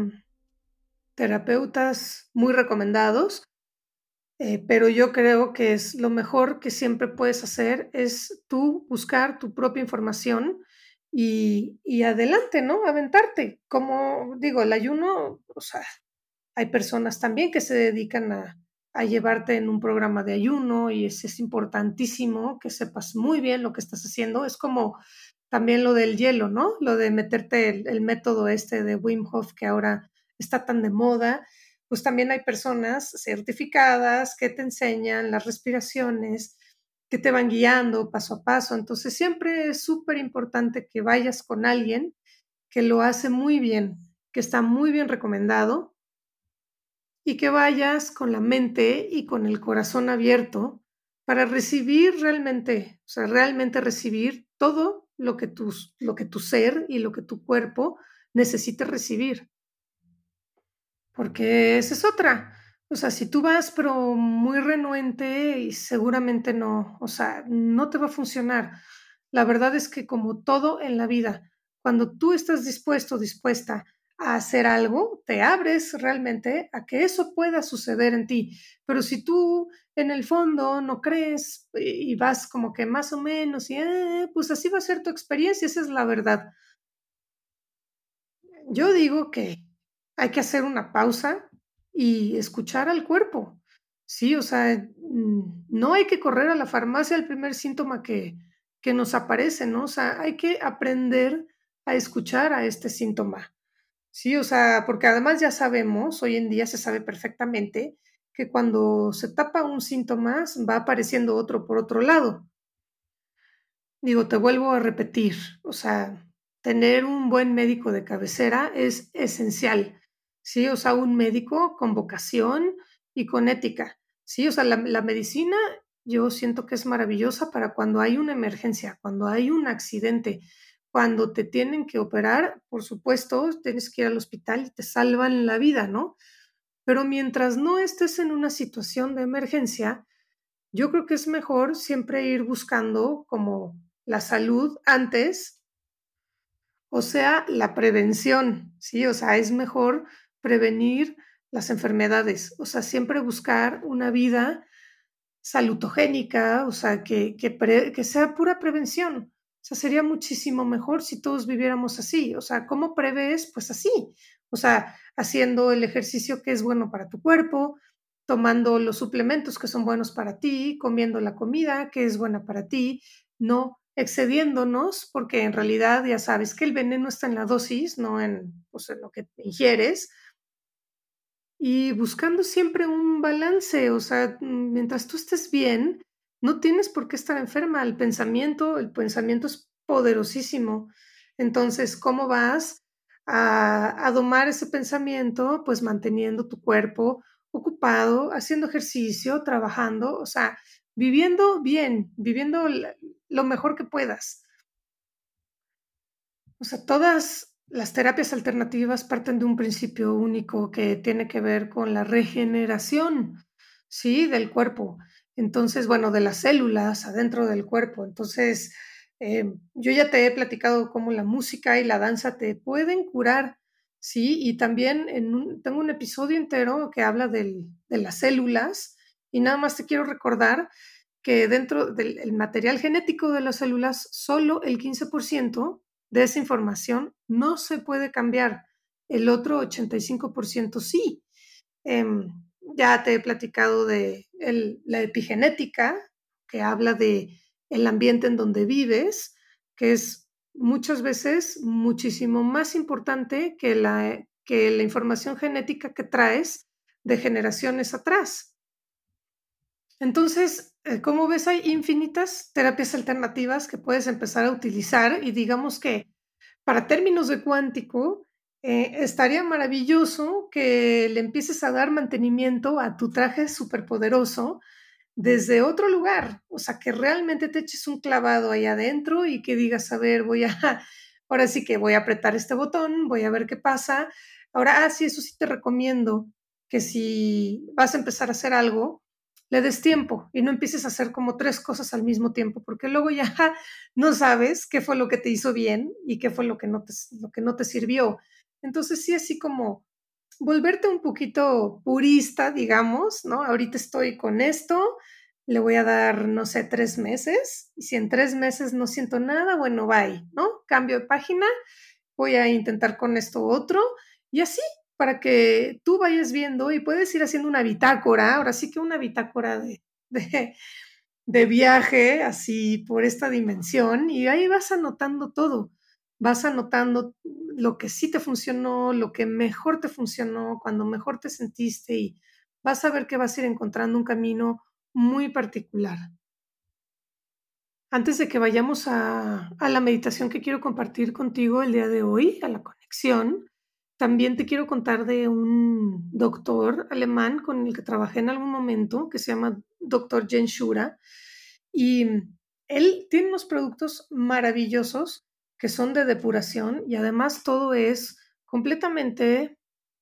terapeutas muy recomendados. Eh, pero yo creo que es lo mejor que siempre puedes hacer es tú buscar tu propia información y, y adelante, ¿no? Aventarte. Como digo, el ayuno, o sea, hay personas también que se dedican a, a llevarte en un programa de ayuno y es, es importantísimo que sepas muy bien lo que estás haciendo. Es como también lo del hielo, ¿no? Lo de meterte el, el método este de Wim Hof que ahora está tan de moda. Pues también hay personas certificadas que te enseñan las respiraciones que te van guiando paso a paso. Entonces siempre es súper importante que vayas con alguien que lo hace muy bien, que está muy bien recomendado, y que vayas con la mente y con el corazón abierto para recibir realmente, o sea, realmente recibir todo lo que tu, lo que tu ser y lo que tu cuerpo necesita recibir. Porque esa es otra. O sea, si tú vas pero muy renuente y seguramente no, o sea, no te va a funcionar. La verdad es que como todo en la vida, cuando tú estás dispuesto, dispuesta a hacer algo, te abres realmente a que eso pueda suceder en ti. Pero si tú en el fondo no crees y vas como que más o menos, y eh, pues así va a ser tu experiencia, esa es la verdad. Yo digo que hay que hacer una pausa y escuchar al cuerpo. Sí, o sea, mm, no hay que correr a la farmacia al primer síntoma que, que nos aparece, ¿no? O sea, hay que aprender a escuchar a este síntoma. Sí, o sea, porque además ya sabemos, hoy en día se sabe perfectamente que cuando se tapa un síntoma va apareciendo otro por otro lado. Digo, te vuelvo a repetir, o sea, tener un buen médico de cabecera es esencial, ¿sí? O sea, un médico con vocación y con ética, ¿sí? O sea, la, la medicina yo siento que es maravillosa para cuando hay una emergencia, cuando hay un accidente, cuando te tienen que operar, por supuesto, tienes que ir al hospital y te salvan la vida, ¿no? Pero mientras no estés en una situación de emergencia, yo creo que es mejor siempre ir buscando como la salud antes, o sea, la prevención, ¿sí? O sea, es mejor prevenir las enfermedades, o sea, siempre buscar una vida salutogénica, o sea, que, que, pre, que sea pura prevención. O sea, sería muchísimo mejor si todos viviéramos así. O sea, ¿cómo prevés? Pues así. O sea, haciendo el ejercicio que es bueno para tu cuerpo, tomando los suplementos que son buenos para ti, comiendo la comida que es buena para ti, no excediéndonos, porque en realidad ya sabes que el veneno está en la dosis, no en, pues, en lo que ingieres, y buscando siempre un balance, o sea, mientras tú estés bien, no tienes por qué estar enferma. El pensamiento, el pensamiento es poderosísimo. Entonces, ¿cómo vas a, a domar ese pensamiento? Pues manteniendo tu cuerpo ocupado, haciendo ejercicio, trabajando, o sea, viviendo bien, viviendo lo mejor que puedas. O sea, todas las terapias alternativas parten de un principio único que tiene que ver con la regeneración, ¿sí? Del cuerpo. Entonces, bueno, de las células adentro del cuerpo. Entonces, eh, yo ya te he platicado cómo la música y la danza te pueden curar, ¿sí? Y también en un, tengo un episodio entero que habla del, de las células y nada más te quiero recordar que dentro del material genético de las células, solo el quince por ciento de esa información no se puede cambiar, el otro ochenta y cinco por ciento sí. Eh, ya te he platicado de el, la epigenética, que habla de el ambiente en donde vives, que es muchas veces muchísimo más importante que la, que la información genética que traes de generaciones atrás. Entonces, como ves, hay infinitas terapias alternativas que puedes empezar a utilizar y digamos que para términos de cuántico, eh, estaría maravilloso que le empieces a dar mantenimiento a tu traje superpoderoso desde otro lugar, o sea, que realmente te eches un clavado ahí adentro y que digas, a ver, voy a, ahora sí que voy a apretar este botón, voy a ver qué pasa. Ahora, ah, sí, eso sí te recomiendo que si vas a empezar a hacer algo, le des tiempo y no empieces a hacer como tres cosas al mismo tiempo, porque luego ya no sabes qué fue lo que te hizo bien y qué fue lo que no te, lo que no te sirvió. Entonces sí, así como volverte un poquito purista, digamos, ¿no? Ahorita estoy con esto, le voy a dar, no sé, tres meses, y si en tres meses no siento nada, bueno, bye, ¿no? Cambio de página, voy a intentar con esto otro, y así, para que tú vayas viendo y puedes ir haciendo una bitácora, ahora sí que una bitácora de, de, de viaje, así por esta dimensión, y ahí vas anotando todo, vas anotando lo que sí te funcionó, lo que mejor te funcionó, cuando mejor te sentiste, y vas a ver que vas a ir encontrando un camino muy particular. antes de que vayamos a, a la meditación que quiero compartir contigo el día de hoy, a la conexión, también te quiero contar de un doctor alemán con el que trabajé en algún momento, que se llama doctor Jens Schura, y él tiene unos productos maravillosos que son de depuración y además todo es completamente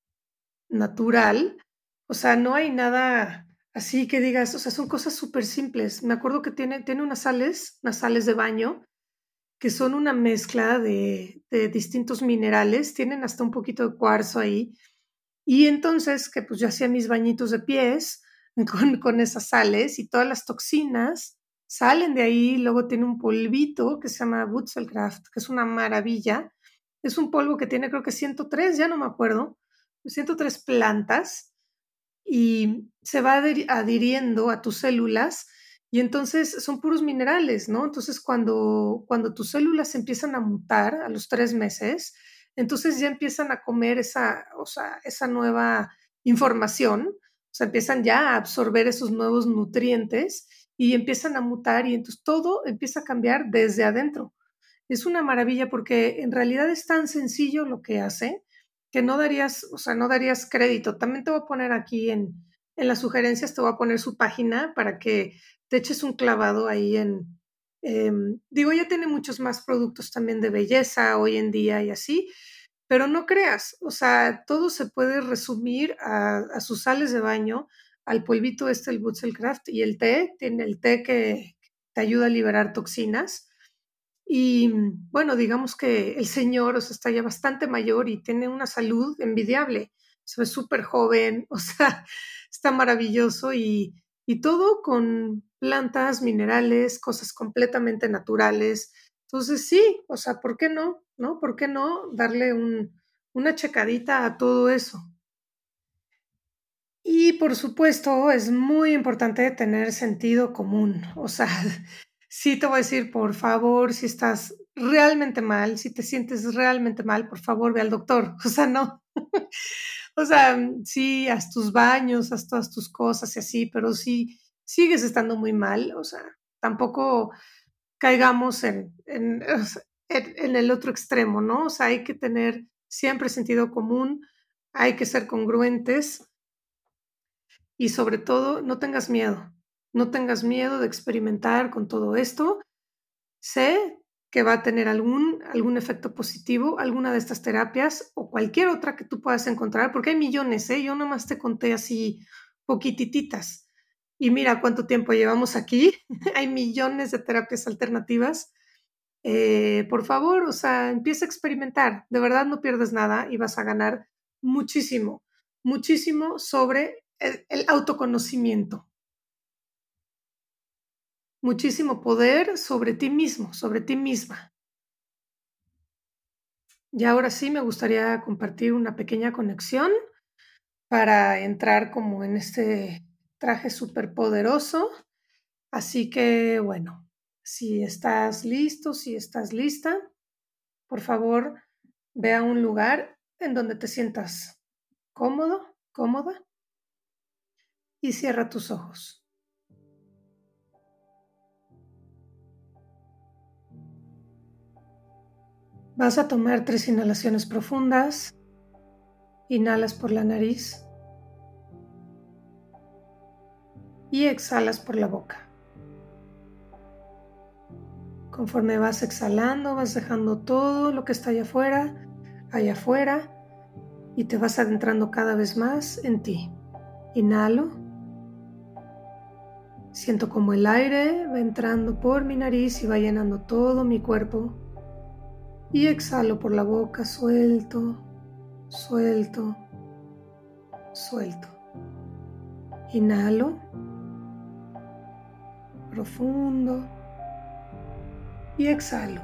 natural, o sea, no hay nada así que digas, o sea, son cosas súper simples. Me acuerdo que tiene, tiene unas sales, unas sales de baño, que son una mezcla de, de distintos minerales, tienen hasta un poquito de cuarzo ahí, y entonces que pues yo hacía mis bañitos de pies con, con esas sales y todas las toxinas salen de ahí. Luego tiene un polvito que se llama Wurzelkraft, que es una maravilla, es un polvo que tiene creo que ciento tres, ya no me acuerdo, ciento tres plantas, y se va adhiriendo a tus células y entonces son puros minerales, ¿no? Entonces cuando, cuando tus células empiezan a mutar a los tres meses, entonces ya empiezan a comer esa, o sea, esa nueva información, o sea, empiezan ya a absorber esos nuevos nutrientes y empiezan a mutar y entonces todo empieza a cambiar desde adentro. Es una maravilla porque en realidad es tan sencillo lo que hace que no darías, o sea, no darías crédito. También te voy a poner aquí en, en las sugerencias, te voy a poner su página para que te eches un clavado ahí en, eh, digo, ya tiene muchos más productos también de belleza hoy en día y así, pero no creas, o sea, todo se puede resumir a, a sus sales de baño, al polvito este, el Wurzelkraft, y el té, tiene el té que te ayuda a liberar toxinas. Y bueno, digamos que el señor, o sea, está ya bastante mayor y tiene una salud envidiable, se ve súper joven, o sea, está maravilloso y, y todo con plantas, minerales, cosas completamente naturales. Entonces sí, o sea, ¿por qué no? ¿No? ¿Por qué no darle un, una checadita a todo eso? Y por supuesto, es muy importante tener sentido común. O sea, sí te voy a decir, por favor, si estás realmente mal, si te sientes realmente mal, por favor, ve al doctor. O sea, no. O sea, sí, haz tus baños, haz todas tus cosas y así, pero si sigues estando muy mal, o sea, tampoco caigamos en, en, en, en el otro extremo, ¿no? O sea, hay que tener siempre sentido común, hay que ser congruentes. Y sobre todo, no tengas miedo, no tengas miedo de experimentar con todo esto. Sé que va a tener algún, algún efecto positivo, alguna de estas terapias o cualquier otra que tú puedas encontrar, porque hay millones, ¿eh? Yo nomás te conté así poquitititas. Y mira cuánto tiempo llevamos aquí. Hay millones de terapias alternativas. Eh, por favor, o sea, empieza a experimentar. De verdad no pierdes nada y vas a ganar muchísimo, muchísimo sobre el, el autoconocimiento. Muchísimo poder sobre ti mismo, sobre ti misma. Y ahora sí me gustaría compartir una pequeña conexión para entrar como en este traje súper poderoso. Así que, bueno, si estás listo, si estás lista, por favor, ve a un lugar en donde te sientas cómodo, cómoda y cierra tus ojos. Vas a tomar tres inhalaciones profundas. Inhalas por la nariz y exhalas por la boca. Conforme vas exhalando, vas dejando todo lo que está allá afuera, allá afuera, y te vas adentrando cada vez más en ti. Inhalo. Siento como el aire va entrando por mi nariz y va llenando todo mi cuerpo. Y exhalo por la boca, suelto, suelto, suelto. Inhalo. Profundo. Y exhalo.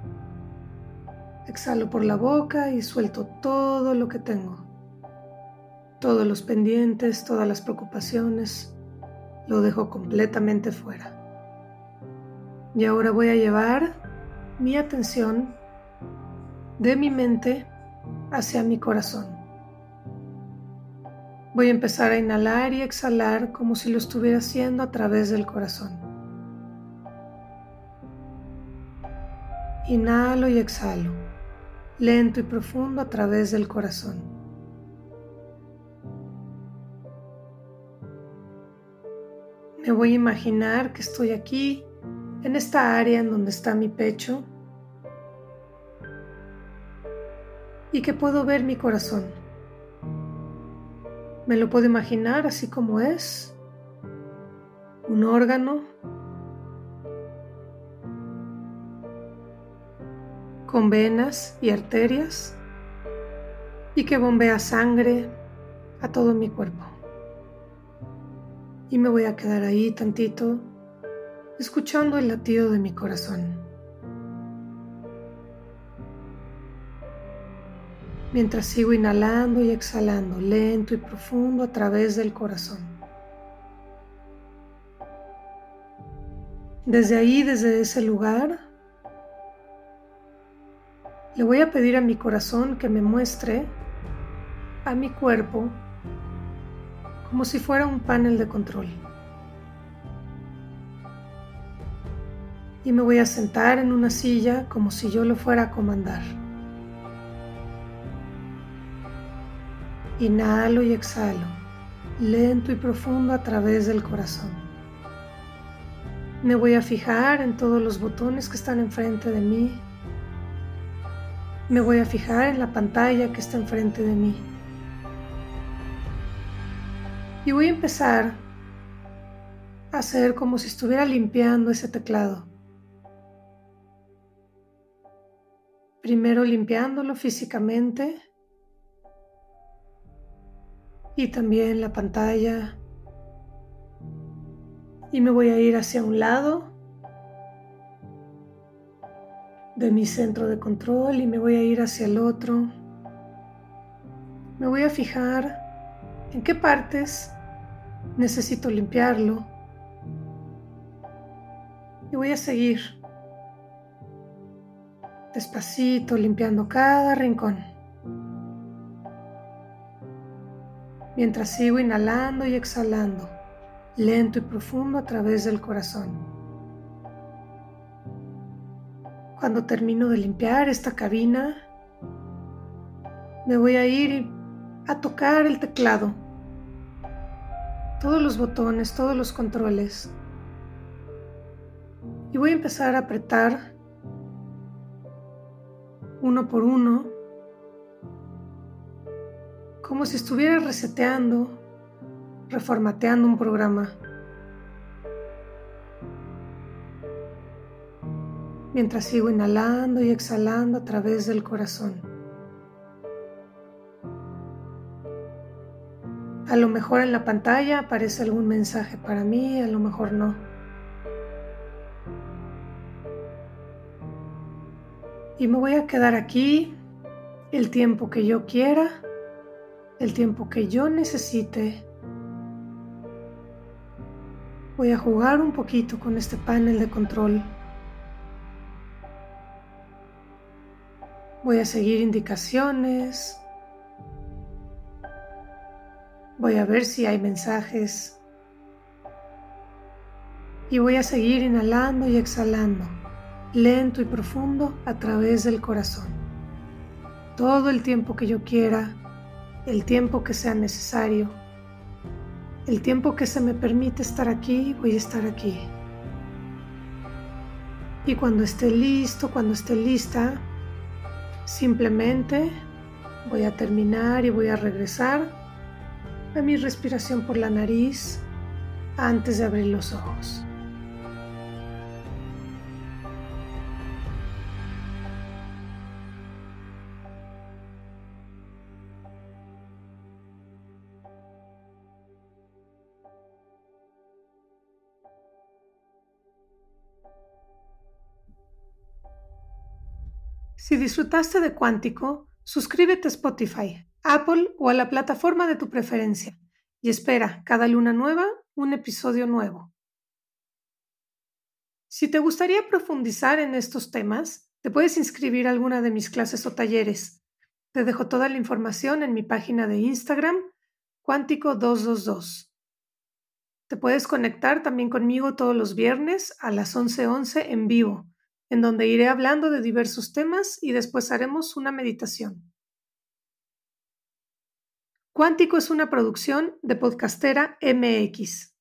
Exhalo por la boca y suelto todo lo que tengo. Todos los pendientes, todas las preocupaciones, lo dejo completamente fuera. Y ahora voy a llevar mi atención de mi mente hacia mi corazón. Voy a empezar a inhalar y exhalar como si lo estuviera haciendo a través del corazón. Inhalo y exhalo, lento y profundo a través del corazón. Me voy a imaginar que estoy aquí, en esta área en donde está mi pecho, y que puedo ver mi corazón. Me lo puedo imaginar así como es, un órgano con venas y arterias y que bombea sangre a todo mi cuerpo. Y me voy a quedar ahí tantito, escuchando el latido de mi corazón. Mientras sigo inhalando y exhalando lento y profundo a través del corazón. Desde ahí, desde ese lugar, le voy a pedir a mi corazón que me muestre a mi cuerpo como si fuera un panel de control. Y me voy a sentar en una silla como si yo lo fuera a comandar. Inhalo y exhalo, lento y profundo a través del corazón. Me voy a fijar en todos los botones que están enfrente de mí. Me voy a fijar en la pantalla que está enfrente de mí. Y voy a empezar a hacer como si estuviera limpiando ese teclado. Primero limpiándolo físicamente. Y también la pantalla. Y me voy a ir hacia un lado de mi centro de control y me voy a ir hacia el otro. Me voy a fijar en qué partes necesito limpiarlo. Y voy a seguir despacito limpiando cada rincón. Mientras sigo inhalando y exhalando, lento y profundo a través del corazón. Cuando termino de limpiar esta cabina, me voy a ir a tocar el teclado, todos los botones, todos los controles, y voy a empezar a apretar uno por uno, como si estuviera reseteando, reformateando un programa. Mientras sigo inhalando y exhalando a través del corazón. A lo mejor en la pantalla aparece algún mensaje para mí, a lo mejor no. Y me voy a quedar aquí el tiempo que yo quiera, el tiempo que yo necesite. Voy a jugar un poquito con este panel de control. Voy a seguir indicaciones. Voy a ver si hay mensajes. Y voy a seguir inhalando y exhalando, lento y profundo a través del corazón. Todo el tiempo que yo quiera, el tiempo que sea necesario, el tiempo que se me permite estar aquí, voy a estar aquí. Y cuando esté listo, cuando esté lista, simplemente voy a terminar y voy a regresar a mi respiración por la nariz antes de abrir los ojos. Si disfrutaste de Cuántico, suscríbete a Spotify, Apple o a la plataforma de tu preferencia y espera cada luna nueva un episodio nuevo. Si te gustaría profundizar en estos temas, te puedes inscribir a alguna de mis clases o talleres. Te dejo toda la información en mi página de Instagram, Cuántico doscientos veintidós. Te puedes conectar también conmigo todos los viernes a las once once en vivo, en donde iré hablando de diversos temas y después haremos una meditación. Cuántico es una producción de Podcastera M X.